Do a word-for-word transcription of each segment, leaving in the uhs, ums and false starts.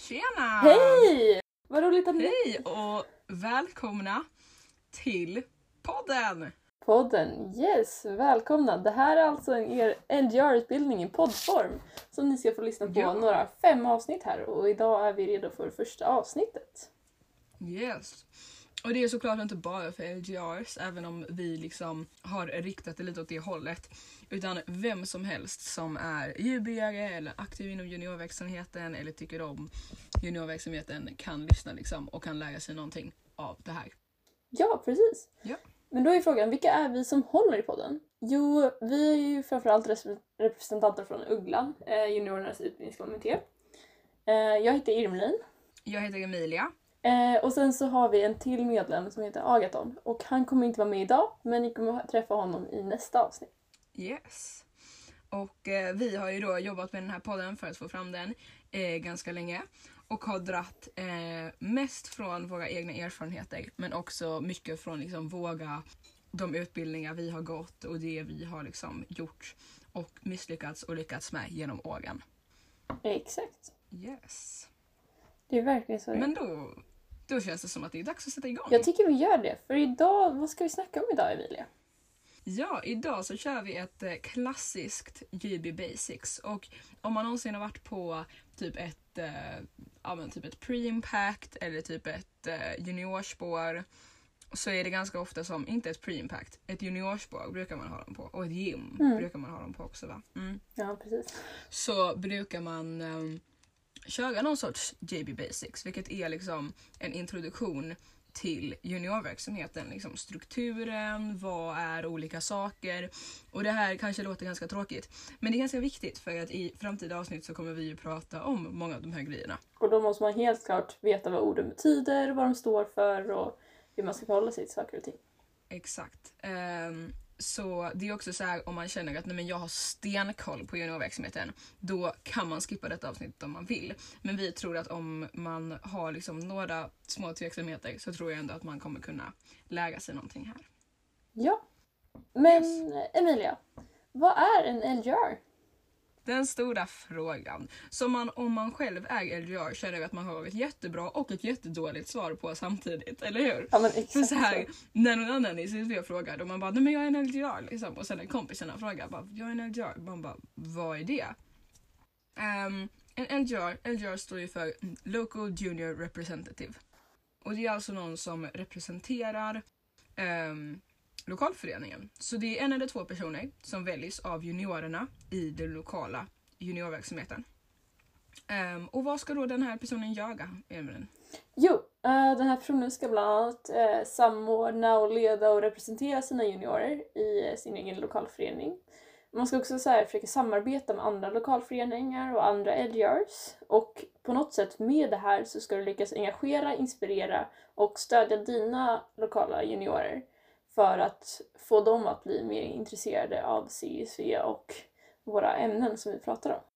Tjena! Hej! Vad roligt att ni... Hej och välkomna till podden! Podden, yes, välkomna. Det här är alltså en er L G R-utbildning i poddform som ni ska få lyssna på Ja. några fem avsnitt här. Och idag är vi redo för första avsnittet. Yes. Och det är såklart inte bara för L G Rs, även om vi liksom har riktat det lite åt det hållet. Utan vem som helst som är jubilerare eller aktiv inom juniorverksamheten eller tycker om juniorverksamheten kan lyssna liksom och kan lära sig någonting av det här. Ja, precis. Ja. Men då är frågan, vilka är vi som håller i podden? Jo, vi är ju framförallt res- representanter från Ugglan, eh, juniorernas utbildningskommitté. Eh, jag heter Irmelin. Jag heter Emilia. Eh, och sen så har vi en till medlem som heter Agaton. Och han kommer inte vara med idag, men ni kommer träffa honom i nästa avsnitt. Yes. Och eh, vi har ju då jobbat med den här podden för att få fram den eh, ganska länge. Och har dratt eh, mest från våra egna erfarenheter. Men också mycket från liksom våra, de utbildningar vi har gått och det vi har liksom gjort. Och misslyckats och lyckats med genom åren. Exakt. Yes. Det är verkligen så. Men då, då känns det som att det är dags att sätta igång. Jag tycker vi gör det. För idag, vad ska vi snacka om idag, Emilia? Ja, idag så kör vi ett eh, klassiskt J B Basics. Och om man någonsin har varit på typ ett, eh, ja, men typ ett pre-impact eller typ ett eh, juniorspår, så är det ganska ofta som, inte ett pre-impact, ett juniorspår brukar man ha dem på. Och ett gym Mm. brukar man ha dem på också, va? Mm. Ja, precis. Så brukar man eh, köra någon sorts J B Basics, vilket är liksom en introduktion till juniorverksamheten, liksom strukturen, vad är olika saker, och det här kanske låter ganska tråkigt, men det är ganska viktigt för att i framtida avsnitt så kommer vi ju prata om många av de här grejerna. Och då måste man helt klart veta vad orden betyder, vad de står för och hur man ska förhålla sig till saker och ting. Exakt. Um, så det är också så här, om man känner att nej, men jag har stenkoll på juniorverksamheten, då kan man skippa detta avsnitt om man vill. Men vi tror att om man har liksom några små tveksamheter så tror jag ändå att man kommer kunna lära sig någonting här. Ja. Men Yes. Emilia, vad är en L G R? Den stora frågan. Som man, om man själv är L G R, känner att man har ett jättebra och ett jättedåligt svar på samtidigt, eller hur? Ja, men För exakt så här, när någon annan i C S V frågar, och man bara, nej men jag är en L G R liksom. Och sen när kompisarna frågar, bara, jag är en L G R. Man bara, vad är det? Um, en L G R, L G R står ju för Local Junior Representative. Och det är alltså någon som representerar um, lokalföreningen. Så det är en eller två personer som väljs av juniorerna i den lokala juniorverksamheten. Um, och vad ska då den här personen göra, Emilien? Jo, eh, den här personen ska bland annat eh, samordna och leda och representera sina juniorer i eh, sin egen lokalförening. Man ska också så här, försöka samarbeta med andra lokalföreningar och andra L G Rs. Och på något sätt med det här så ska du lyckas engagera, inspirera och stödja dina lokala juniorer för att få dem att bli mer intresserade av C S V och våra ämnen som vi pratar om.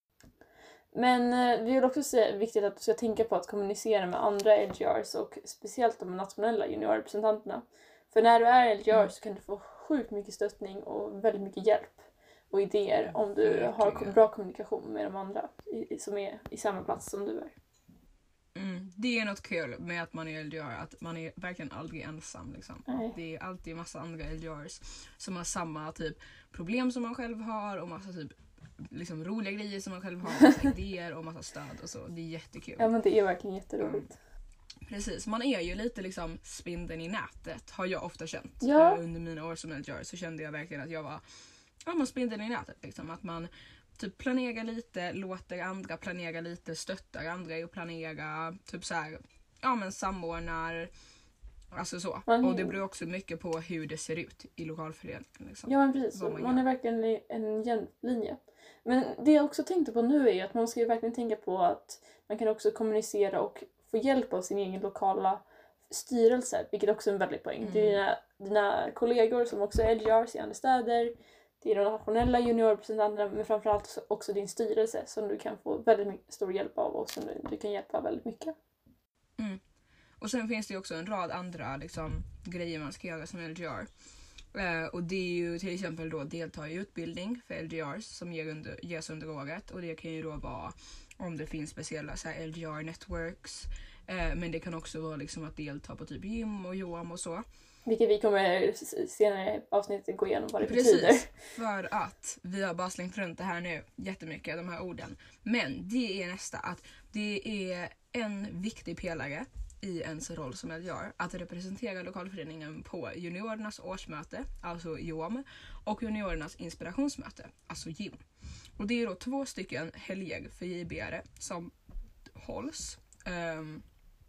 Men eh, det är också så viktigt att du ska tänka på att kommunicera med andra L G Rs och speciellt de nationella juniorrepresentanterna. För när du är L G R så kan du få sjukt mycket stöttning och väldigt mycket hjälp och idéer om du har Verkligen. bra kommunikation med de andra i, som är i samma plats som du är. Mm, det är något kul med att man är L G R, att man är verkligen aldrig ensam liksom. Nej. Det är alltid massa andra L G Rs som har samma typ problem som man själv har och massa typ liksom roliga grejer som man själv har, massa idéer och massa stöd och så. Det är jättekul. Ja, men det är verkligen jätteroligt. Precis, man är ju lite liksom spindeln i nätet, har jag ofta känt. Ja. Under mina år som L G R så kände jag verkligen att jag var ja, man spindeln i nätet liksom, att man typ planerar lite, låter andra planera lite, stöttar andra i att planera, typ så här, ja men samordnar, alltså så. Man- Och det beror också mycket på hur det ser ut i lokalföreningen. Liksom. Ja, men precis. Vad man Man gör. är verkligen i en jämn linje. Men det jag också tänkte på nu är ju att man ska ju verkligen tänka på att man kan också kommunicera och få hjälp av sin egen lokala styrelse, vilket också är en väldigt poäng. Mm. Det är dina, dina kollegor som också är L G Rs i andra städer, det är de nationella juniorrepresentanterna, men framförallt också din styrelse som du kan få väldigt mycket, stor hjälp av och som du, du kan hjälpa väldigt mycket. Mm. Och sen finns det ju också en rad andra liksom, grejer man ska göra som L G R. Uh, och det är ju till exempel då delta i utbildning för L G Rs som ger under, ges under året. Och det kan ju då vara om det finns speciella så här, L G R-networks. Eh, men det kan också vara liksom att delta på typ gym och yoam och så. Vilket vi kommer senare i avsnittet gå igenom vad det Precis, betyder. För att vi har bara slängt runt det här nu jättemycket, de här orden. Men det är nästa, att det är en viktig pelare i ens roll som L G R att representera lokalföreningen på juniorernas årsmöte, alltså yoam, och juniorernas inspirationsmöte, alltså gym. Och det är då två stycken helger för J B-are som hålls. Um,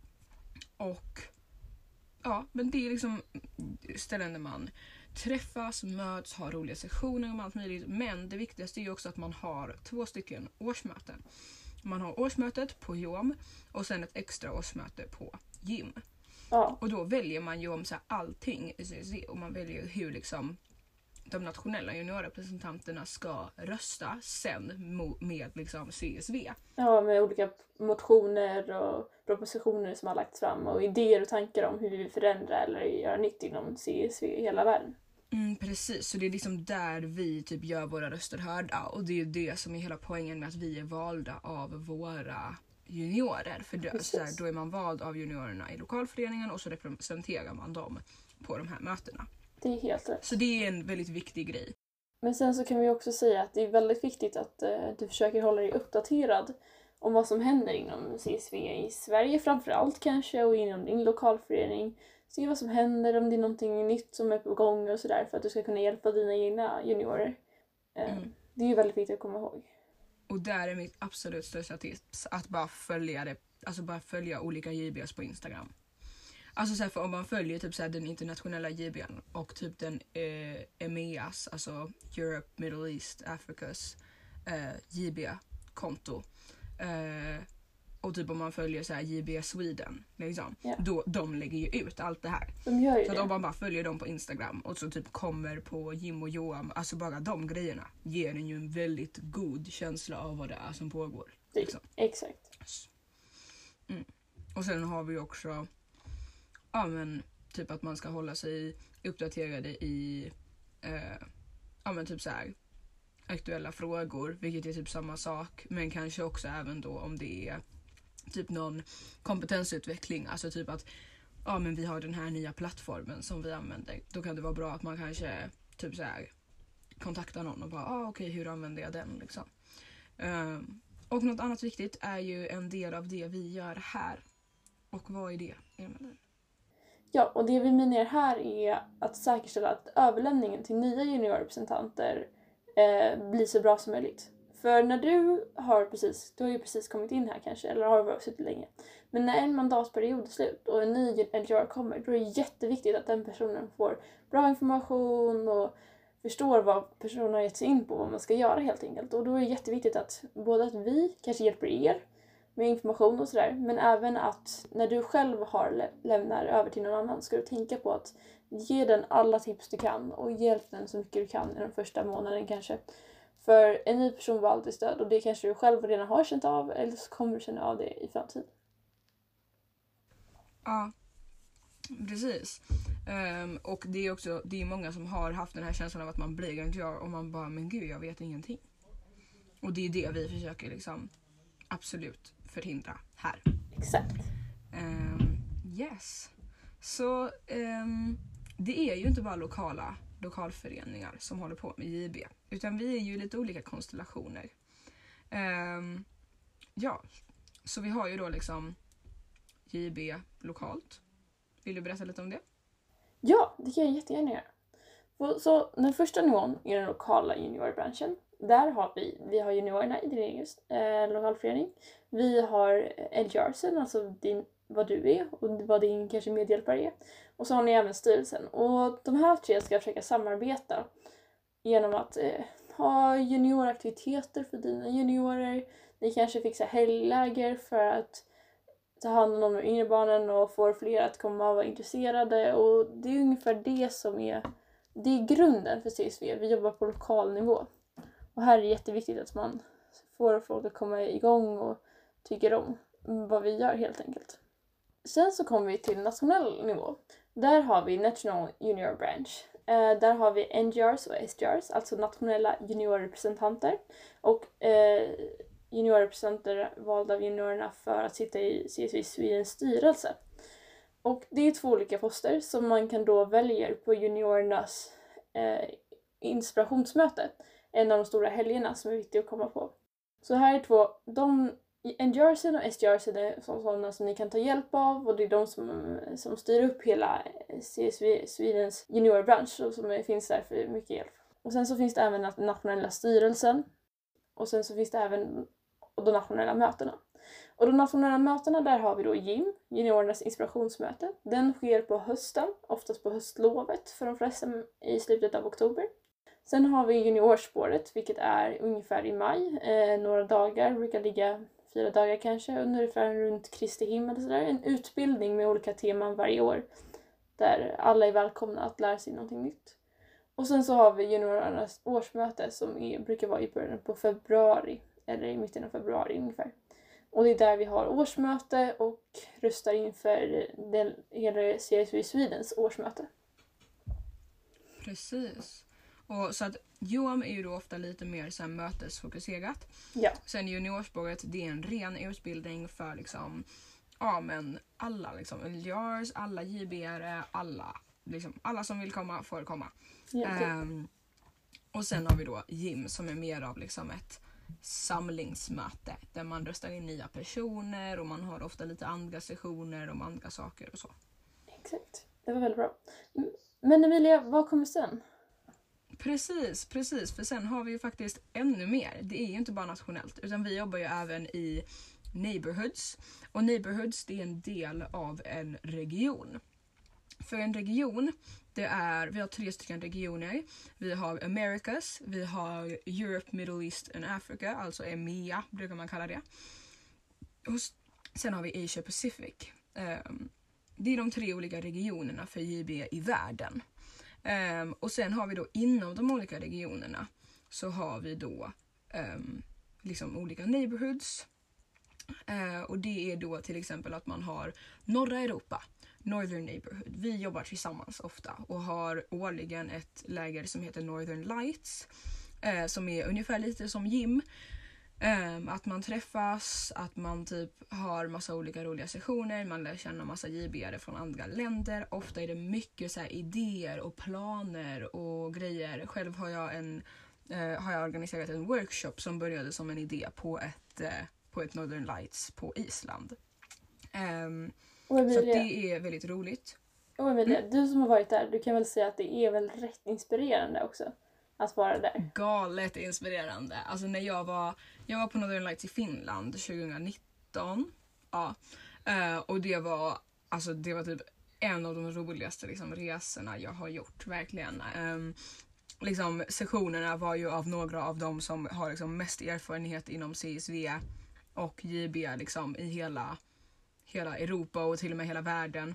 och ja, men det är liksom ställen där man träffas, möts, har roliga sessioner och allt möjligt. Men det viktigaste är ju också att man har två stycken årsmöten. Man har årsmötet på yoam och sen ett extra årsmöte på gym. Ja. Och då väljer man ju om så här allting i C S V och man väljer hur liksom de nationella juniorrepresentanterna ska rösta sen mo- med liksom C S V. Ja, med olika motioner och propositioner som har lagts fram och idéer och tankar om hur vi vill förändra eller göra nytt inom C S V i hela världen. Mm, precis, så det är liksom där vi typ gör våra röster hörda och det är det som är hela poängen med att vi är valda av våra juniorer. För det, så här, då är man vald av juniorerna i lokalföreningen och så representerar man dem på de här mötena. Det är helt rätt. Så det är en väldigt viktig grej. Men sen så kan vi också säga att det är väldigt viktigt att eh, du försöker hålla dig uppdaterad om vad som händer inom C S V i Sverige framförallt kanske och inom din lokalförening. Se vad som händer, om det är någonting nytt som är på gång och sådär för att du ska kunna hjälpa dina egna juniorer. Eh, Mm. Det är ju väldigt viktigt att komma ihåg. Och där är mitt absolut största tips att bara följa det, alltså bara följa olika J Bs på Instagram. Alltså så här, för om man följer typ så här, den internationella J Bn och typ den eh, E M E As, alltså Europe, Middle East, Africas eh, J B-konto. Eh, och typ om man följer så här J B Sweden, liksom, Ja. då de lägger ju ut allt det här. De gör ju Så att det. om man bara följer dem på Instagram och så typ kommer på gym och yoam, alltså bara de grejerna ger en ju en väldigt god känsla av vad det är som pågår. Det- Liksom. Exakt. Mm. Och sen har vi också ja men typ att man ska hålla sig uppdaterade i eh, ja men typ så här aktuella frågor, vilket är typ samma sak, men kanske också även då om det är typ någon kompetensutveckling, alltså typ att ja men vi har den här nya plattformen som vi använder, då kan det vara bra att man kanske typ så här kontaktar någon och bara ah, okej, hur använder jag den liksom. Um, och något annat viktigt är ju en del av det vi gör här. Och vad är det? Ja, och det vi menar här är att säkerställa att överlämningen till nya juniorrepresentanter eh, blir så bra som möjligt. För när du har precis, du har ju precis kommit in här kanske, eller har varit suttit länge. Men när en mandatperiod är slut och en ny L G R kommer, då är det jätteviktigt att den personen får bra information och förstår vad personen har gett sig in på, vad man ska göra helt enkelt. Och då är det jätteviktigt att både att vi kanske hjälper er med information och sådär, men även att när du själv har lä- lämnar över till någon annan ska du tänka på att ge den alla tips du kan och hjälp den så mycket du kan i den första månaden kanske. För en ny person var alltid stöd och det kanske du själv redan har känt av eller så kommer du känna av det i framtiden. Ja, precis. Um, och det är också det är många som har haft den här känslan av att man blir en klar och man bara, men gud, jag vet ingenting. Och det är det vi försöker liksom absolut förhindra här. Exakt. Um, yes. Så um, det är ju inte bara lokala lokalföreningar som håller på med J B, utan vi är ju lite olika konstellationer. Um, ja, så vi har ju då liksom J B lokalt. Vill du berätta lite om det? Ja, det kan jag jättegärna göra. Och så den första nivån är den lokala juniorbranschen. Där har vi, vi har juniorerna i din egen eh, lokalförening. Vi har L G R-sen, alltså din, vad du är och vad din kanske medhjälpare är. Och så har ni även styrelsen. Och de här tre ska försöka samarbeta genom att eh, ha junioraktiviteter för dina juniorer. Ni kanske fixar helgläger för att ta hand om de yngre barnen och får fler att komma och vara intresserade. Och det är ungefär det som är, det är grunden för C S V. Vi jobbar på lokal nivå. Och här är det jätteviktigt att man får folk att komma igång och tycker om vad vi gör helt enkelt. Sen så kommer vi till nationell nivå. Där har vi National Junior Branch. Eh, där har vi N G Rs och S G Rs, alltså nationella juniorrepresentanter. Och eh, juniorrepresentanter valda av juniorerna för att sitta i C S V Swedens styrelse. Och det är två olika poster som man kan då välja på juniorernas eh, inspirationsmöte. En av de stora helgerna som är viktigt att komma på. Så här är två, de N G R C och S G R C är sådana som ni kan ta hjälp av, och det är de som, som styr upp hela C S V Swedens juniorbransch och som finns där för mycket hjälp. Och sen så finns det även den nationella styrelsen, och sen så finns det även de nationella mötena. Och de nationella mötena, där har vi då J I M, juniorernas inspirationsmöte. Den sker på hösten, oftast på höstlovet för de flesta i slutet av oktober. Sen har vi juniorspåret, vilket är ungefär i maj, eh, några dagar, brukar ligga fyra dagar kanske, ungefär runt Kristi himmel och sådär. En utbildning med olika teman varje år, där alla är välkomna att lära sig någonting nytt. Och sen så har vi juniorernas årsmöte som är, brukar vara i början på februari, eller i mitten av februari ungefär. Och det är där vi har årsmöte och röstar inför den, hela C S V Swedens årsmöte. Precis. Och så att U A M är ju då ofta lite mer så här mötesfokuserat. Ja. Sen juniorspåret, det är en ren utbildning för liksom, ja men alla liksom, L G Rs, alla J B-are, alla, liksom, alla som vill komma får komma. Ja, um, och sen har vi då J I M som är mer av liksom ett samlingsmöte där man röstar in nya personer och man har ofta lite andra sessioner om andra saker och så. Exakt, det var väldigt bra. Men Emilia, vad kommer sen? Precis, precis. För sen har vi ju faktiskt ännu mer. Det är ju inte bara nationellt, utan vi jobbar ju även i neighborhoods. Och neighborhoods, det är en del av en region. För en region, det är, vi har tre stycken regioner. Vi har Americas, vi har Europe, Middle East and Africa, alltså E M E A brukar man kalla det. Och sen har vi Asia Pacific. Det är de tre olika regionerna för J B i världen. Um, och sen har vi då inom de olika regionerna så har vi då um, liksom olika neighborhoods. Uh, och det är då till exempel att man har norra Europa, Northern Neighborhood. Vi jobbar tillsammans ofta och har årligen ett läger som heter Northern Lights. Uh, som är ungefär lite som J I M. Um, att man träffas, att man typ har massa olika roliga sessioner, man lär känna massa J B-are från andra länder. Ofta är det mycket så här idéer och planer och grejer. Själv har jag, en, uh, har jag organiserat en workshop som började som en idé på ett, uh, på ett Northern Lights på Island. Um, så det är väldigt roligt. Och Emilia, mm. du som har varit där, du kan väl säga att det är väl rätt inspirerande också? Att vara där. Galet inspirerande. Alltså när jag var jag var på Northern Lights i Finland tjugonitton. Ja. Uh, och det var alltså det var typ en av de roligaste liksom resorna jag har gjort verkligen. Um, liksom sessionerna var ju av några av dem som har liksom mest erfarenhet inom C S V och J B liksom i hela hela Europa och till och med hela världen.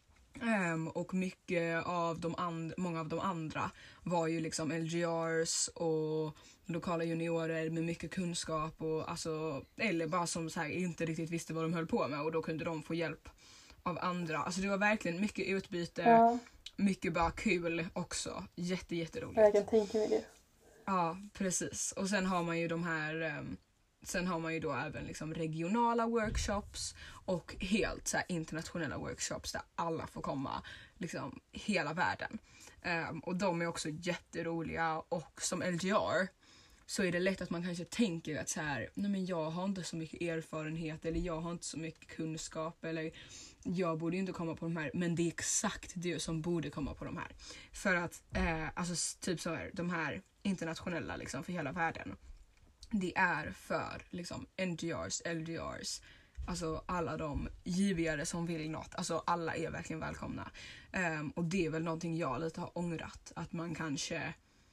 Um, och mycket av de and- många av de andra var ju liksom L G Rs och lokala juniorer med mycket kunskap och alltså, eller bara som så här, inte riktigt visste vad de höll på med, och då kunde de få hjälp av andra. Alltså det var verkligen mycket utbyte, ja. Mycket bara kul också, jätte jätteroligt. Jag kan tänka mig det. Ja, precis. Och sen har man ju de här um, Sen har man ju då även liksom regionala workshops och helt så här internationella workshops där alla får komma liksom hela världen. Um, och de är också jätteroliga, och som L G R så är det lätt att man kanske tänker att så här, nej men jag har inte så mycket erfarenhet eller jag har inte så mycket kunskap eller jag borde inte komma på de här, men det är exakt du som borde komma på de här. För att eh, alltså typ så här, de här internationella liksom för hela världen. Det är för liksom N G Rs, L G Rs, alltså alla de givare som vill något. Alltså alla är verkligen välkomna. Um, och det är väl någonting jag lite har ångrat. Att man kanske,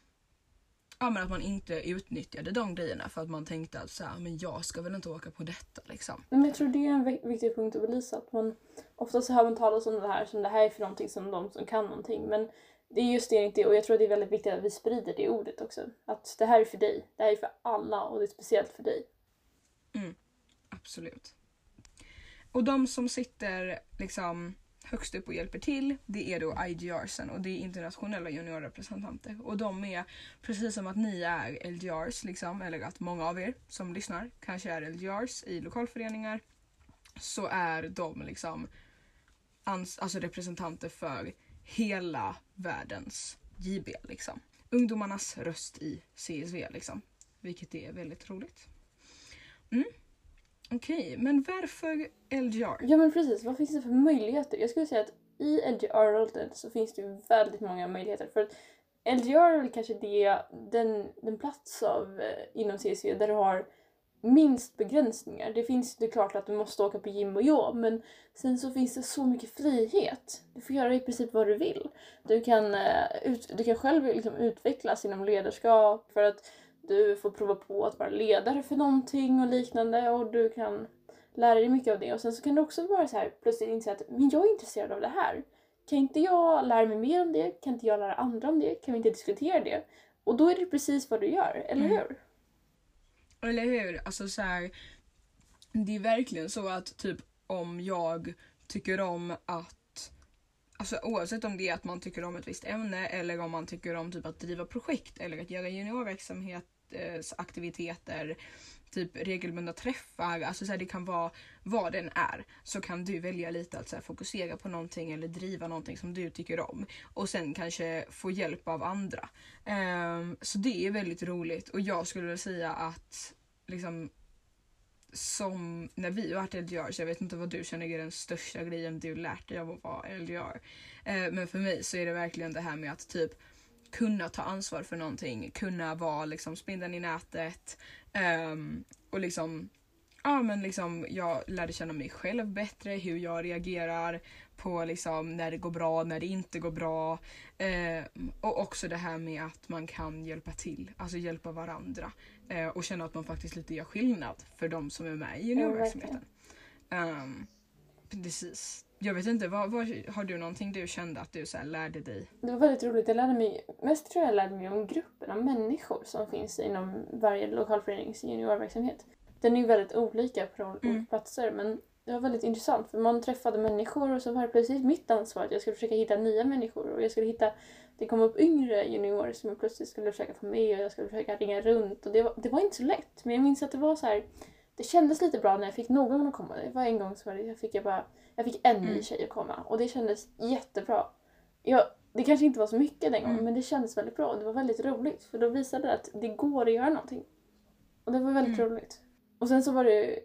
ja men att man inte utnyttjade de grejerna för att man tänkte att så här, men jag ska väl inte åka på detta liksom. Men jag tror det är en viktig punkt att belysa. Att man, ofta så hör man talas om det här som det här är för någonting som de som kan någonting. Men det är just det inte, och jag tror det är väldigt viktigt att vi sprider det ordet också. Att det här är för dig, det här är för alla och det är speciellt för dig. Mm, absolut. Och de som sitter liksom högst upp och hjälper till, det är då I G R:sen och det är internationella juniorrepresentanter. Och de är, precis som att ni är L G Rs, liksom, eller att många av er som lyssnar kanske är L G Rs i lokalföreningar, så är de liksom ans- alltså representanter för hela världens J B, liksom. Ungdomarnas röst i C S V, liksom. Vilket är väldigt roligt. Mm. Okej, okay, men varför L G R? Ja men precis, vad finns det för möjligheter? Jag skulle säga att i L G R-rollen så finns det ju väldigt många möjligheter. För att L G R är väl kanske det, den, den plats av, eh, inom C S V där du har minst begränsningar. Det finns det är klart att du måste åka på gym och jobb, men sen så finns det så mycket frihet. Du får göra i princip vad du vill. Du kan, eh, ut, du kan själv liksom utvecklas inom ledarskap för att du får prova på att vara ledare för någonting och liknande, och du kan lära dig mycket av det. Och sen så kan du också vara så här plötsligt inse att men jag är intresserad av det här. Kan inte jag lära mig mer om det? Kan inte jag lära andra om det? Kan vi inte diskutera det? Och då är det precis vad du gör, eller Mm. hur? Eller hur? Alltså så här, det är verkligen så att typ om jag tycker om att, alltså oavsett om det är att man tycker om ett visst ämne eller om man tycker om typ att driva projekt eller att göra juniorverksamhetsaktiviteter, typ regelbundna träffar, alltså så här, det kan vara vad den är, så kan du välja lite att så här, fokusera på någonting eller driva någonting som du tycker om och sen kanske få hjälp av andra. Um, så det är väldigt roligt, och jag skulle väl säga att liksom som när vi har varit L G R, så jag vet inte vad du känner är den största grejen du lärt dig av att vara L G R. Uh, men för mig så är det verkligen det här med att typ kunna ta ansvar för någonting, kunna vara liksom spindeln i nätet, um, och liksom ja men liksom jag lärde känna mig själv bättre, hur jag reagerar på liksom när det går bra, när det inte går bra, uh, och också det här med att man kan hjälpa till, alltså hjälpa varandra, uh, och känna att man faktiskt lite gör skillnad för de som är med i juniorverksamheten. Um, precis. Jag vet inte, vad, vad, har du någonting du kände att du så här lärde dig? Det var väldigt roligt. Jag lärde mig, mest tror jag jag lärde mig om gruppen av människor som finns inom varje lokalförenings juniorverksamhet. Den är ju väldigt olika på olika mm. platser, men det var väldigt intressant för man träffade människor och så var det precis mitt ansvar att jag skulle försöka hitta nya människor och jag skulle hitta, det kom upp yngre juniorer som jag plötsligt skulle försöka få med och jag skulle försöka ringa runt och det var, det var inte så lätt, men jag minns att det var så här, det kändes lite bra när jag fick någon att komma. Det var en gång så jag fick jag bara jag fick en ny tjej att komma och det kändes jättebra. Jag, det kanske inte var så mycket den gången, mm. men det kändes väldigt bra och det var väldigt roligt för då visade det att det går att göra någonting. Och det var väldigt mm. roligt. Och sen så var det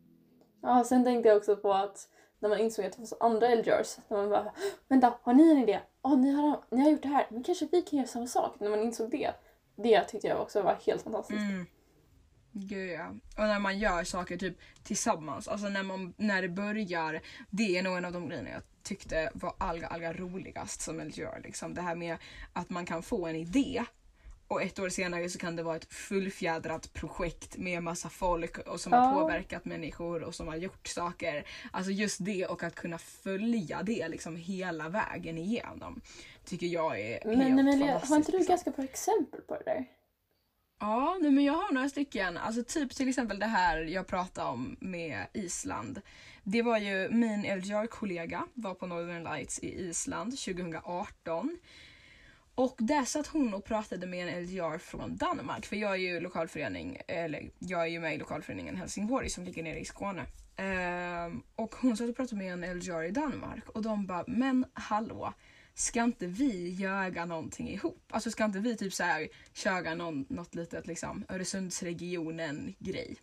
ja, sen tänkte jag också på att när man insåg att det var så andra L G Rs, när man bara, vänta, har ni en idé? Ja, ni har, ni har gjort det här, men kanske vi kan göra samma sak. När man insåg det, det tyckte jag också var helt fantastiskt. Mm. Gud ja. Och när man gör saker typ tillsammans, alltså när, man, när det börjar, det är nog en av de grejerna jag tyckte var allra, allra roligast som L G R. Liksom. Det här med att man kan få en idé och ett år senare så kan det vara ett fullfjädrat projekt med massa folk och som ja. har påverkat människor och som har gjort saker. Alltså just det och att kunna följa det liksom hela vägen igenom tycker jag är men, helt men, fantastiskt. Har inte du liksom. ganska bra exempel på det där? Ja, nej, men jag har några stycken. Alltså typ till exempel det här jag pratade om med Island. Det var ju min L G R-kollega var på Northern Lights i Island tjugo arton. Och där satt hon och pratade med en L G R från Danmark. För jag är ju lokalförening, eller jag är ju med i lokalföreningen Helsingborg som ligger nere i Skåne. Ehm, och hon satt och pratade med en L G R i Danmark. Och de bara, men hallå, ska inte vi göra någonting ihop? Alltså ska inte vi typ så här köra någon, något litet liksom Öresundsregionen grej?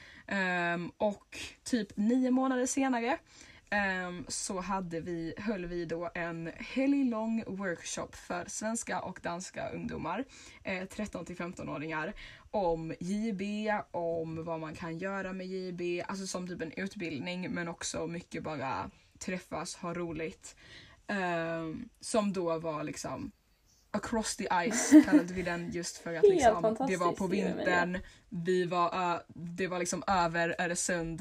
Um, och typ nio månader senare um, så hade vi, höll vi då en helglång workshop för svenska och danska ungdomar, eh, tretton till femton-åringar, om J B, om vad man kan göra med J B, alltså som typ en utbildning men också mycket bara träffas, ha roligt. Um, som då var liksom across the ice kallade vi den just för att liksom, det var på vintern, vi var, uh, det var liksom över Öresund.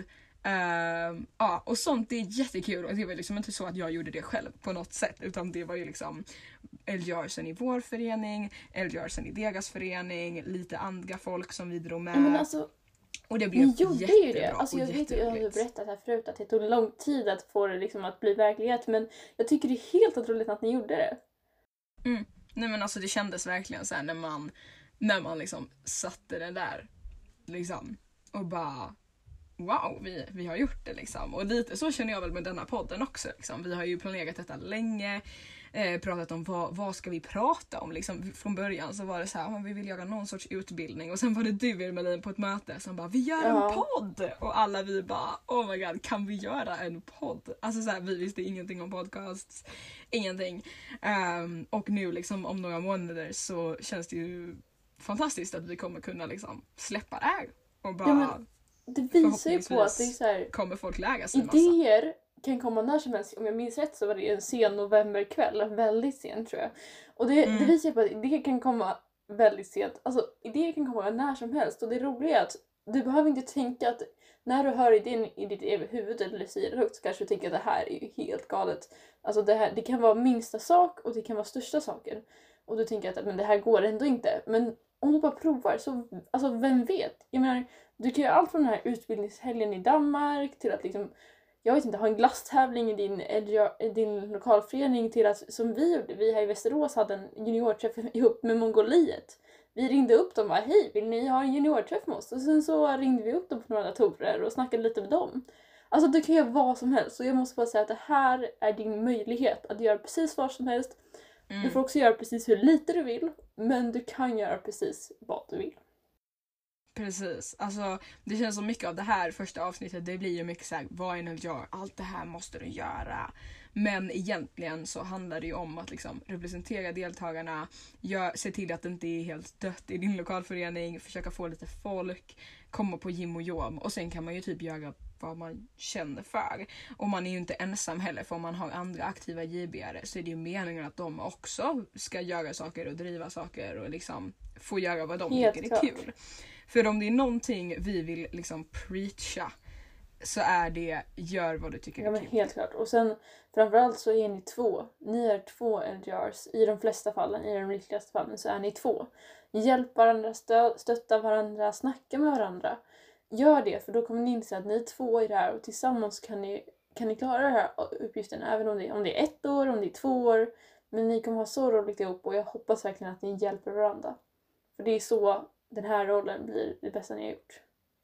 Um, ja, och sånt det är jättekul och det var liksom inte så att jag gjorde det själv på något sätt utan det var ju liksom L G R-sen i vår förening, L G R-sen i deras förening, lite andra folk som vi drog med. Men alltså, Och det blev Ni gjorde ju det. jättebra Alltså och jag vet ju, jag har ju jätteroligt. berättat här förut att det tog lång tid att få det liksom att bli verklighet. Men jag tycker det är helt otroligt att ni gjorde det. Mm. Nej men alltså det kändes verkligen så här när man, när man liksom satte den där liksom och bara wow, vi, vi har gjort det liksom. Och lite så känner jag väl med denna podden också liksom. Vi har ju planerat detta länge, eh, pratat om vad, vad ska vi prata om liksom. Från början så var det så här, vi vill göra någon sorts utbildning och sen var det du Emeline på ett möte som bara, vi gör Ja. en podd! Och alla vi bara, oh my god, kan vi göra en podd? Alltså så här, vi visste ingenting om podcasts, ingenting. Um, och nu liksom om några månader så känns det ju fantastiskt att vi kommer kunna liksom släppa det här och bara Ja, men det visar ju på att det är så här, kommer folk lära sig massa. idéer kan komma när som helst. Om jag minns rätt så var det en sen novemberkväll, väldigt sent tror jag. Och det, Mm. det visar ju på att idéer kan komma väldigt sent. Alltså idéer kan komma när som helst. Och det roliga är att du behöver inte tänka att när du hör idén i ditt eget huvud eller säger det högt så kanske du tänker att det här är ju helt galet. Alltså det, här, det kan vara minsta sak och det kan vara största saker. Och du tänker att men det här går ändå inte. Men om du bara provar så, alltså vem vet? Jag menar, du kan göra allt från den här utbildningshelgen i Danmark till att liksom, jag vet inte, ha en glasstävling i din, i din lokalförening till att, som vi gjorde, vi här i Västerås hade en juniorträff ihop med Mongoliet. Vi ringde upp dem och bara, hej, vill ni ha en juniorträff med oss? Och sen så ringde vi upp dem på några datorer och snackade lite med dem. Alltså du kan göra vad som helst. Och jag måste bara säga att det här är din möjlighet att göra precis vad som helst. Mm. Du får också göra precis hur lite du vill, men du kan göra precis vad du vill. Precis, alltså det känns som mycket av det här första avsnittet, det blir ju mycket såhär, vad en gör, allt det här måste du göra. Men egentligen så handlar det ju om att liksom representera deltagarna, gör, se till att det inte är helt dött i din lokalförening, försöka få lite folk, komma på gym och jom och sen kan man ju typ göra vad man känner för. Och man är ju inte ensam heller, för om man har andra aktiva J B-are så är det ju meningen att de också ska göra saker och driva saker och liksom få göra vad de Helt tycker klart. är kul. För om det är någonting vi vill liksom preacha så är det gör vad du tycker Ja är men kul. helt klart. Och sen framförallt så är ni två. Ni är två L G Rs. I de flesta fallen, i de riktigaste fallen så är ni två. Hjälp varandra, stö- stötta varandra, snacka med varandra. Gör det, för då kommer ni inse att ni är två i det här och tillsammans kan ni, kan ni klara den här uppgiften. Även om det, om det är ett år, om det är två år. Men ni kommer ha så roligt ihop och jag hoppas verkligen att ni hjälper varandra. För det är så den här rollen blir det bästa ni har gjort.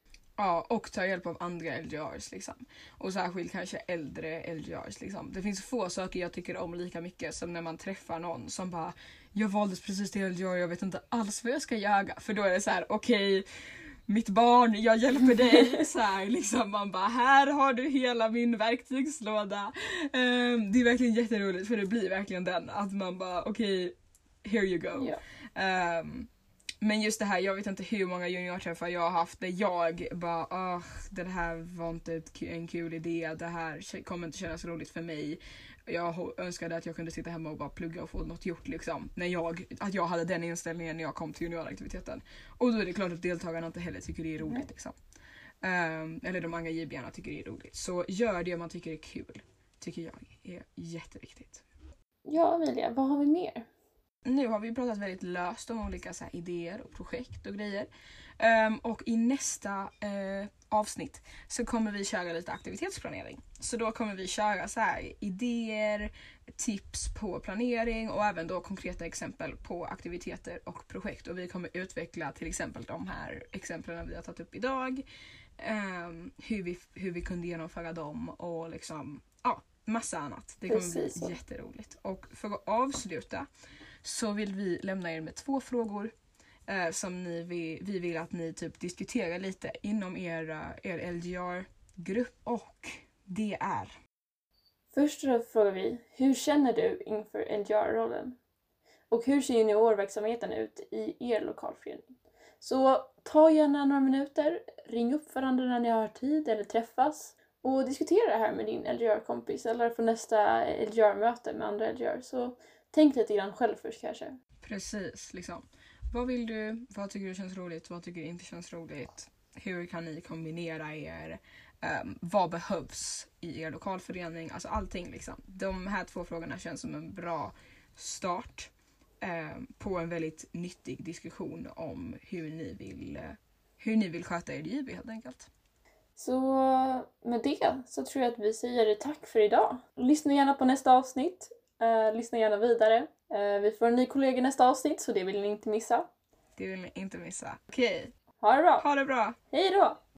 Ja, och ta hjälp av andra L G Rs liksom. Och särskilt kanske äldre L G Rs liksom. Det finns få saker jag tycker om lika mycket som när man träffar någon som bara, jag valdes precis till L G R, jag vet inte alls vad jag ska göra. För då är det så här: okej, okay, mitt barn, jag hjälper dig. Så här, liksom, man bara, här har du hela min verktygslåda. Um, det är verkligen jätteroligt, för det blir verkligen den att man bara, okej, okay, here you go. Yeah. Um, Men just det här, jag vet inte hur många juniorträffar jag har haft där jag bara, ah, det här var inte ett, en kul idé, det här kommer inte kännas roligt för mig. Jag önskade att jag kunde sitta hemma och bara plugga och få något gjort liksom. När jag, att jag hade den inställningen när jag kom till junioraktiviteten. Och då är det klart att deltagarna inte heller tycker det är roligt liksom. Um, eller de andra J B-arna tycker det är roligt. Så gör det man tycker är kul, tycker jag är jätteviktigt. Ja, Emilia, vad har vi mer? Nu har vi pratat väldigt löst om olika så här, idéer och projekt och grejer. Um, och i nästa uh, avsnitt så kommer vi köra lite aktivitetsplanering. Så då kommer vi köra så här, idéer, tips på planering och även då konkreta exempel på aktiviteter och projekt. Och vi kommer utveckla till exempel de här exemplen vi har tagit upp idag. Um, hur, vi, hur vi kunde genomföra dem och liksom, ja, massa annat. Det kommer Precis bli så. jätteroligt. Och för att avsluta så vill vi lämna er med två frågor eh, som ni vill, vi vill att ni typ diskuterar lite inom er, er L G R-grupp, och det är: Först då frågar vi, hur känner du inför L G R-rollen? Och hur ser juniorverksamheten ut i er lokalförening? Så ta gärna några minuter, ring upp varandra när ni har tid eller träffas och diskutera det här med din L G R-kompis eller för nästa L G R-möte med andra L G R. Så tänk lite grann själv först kanske. Precis, liksom. Vad vill du? Vad tycker du känns roligt? Vad tycker du inte känns roligt? Hur kan ni kombinera er? Um, vad behövs i er lokalförening? Alltså allting liksom. De här två frågorna känns som en bra start um, på en väldigt nyttig diskussion om hur ni vill, uh, hur ni vill sköta er J B helt enkelt. Så med det så tror jag att vi säger tack för idag. Lyssna gärna på nästa avsnitt. Uh, lyssna gärna vidare. Uh, vi får en ny kollega i nästa avsnitt, så det vill ni inte missa. Det vill ni inte missa. Okej. Ha det bra. Ha det bra. Hej då.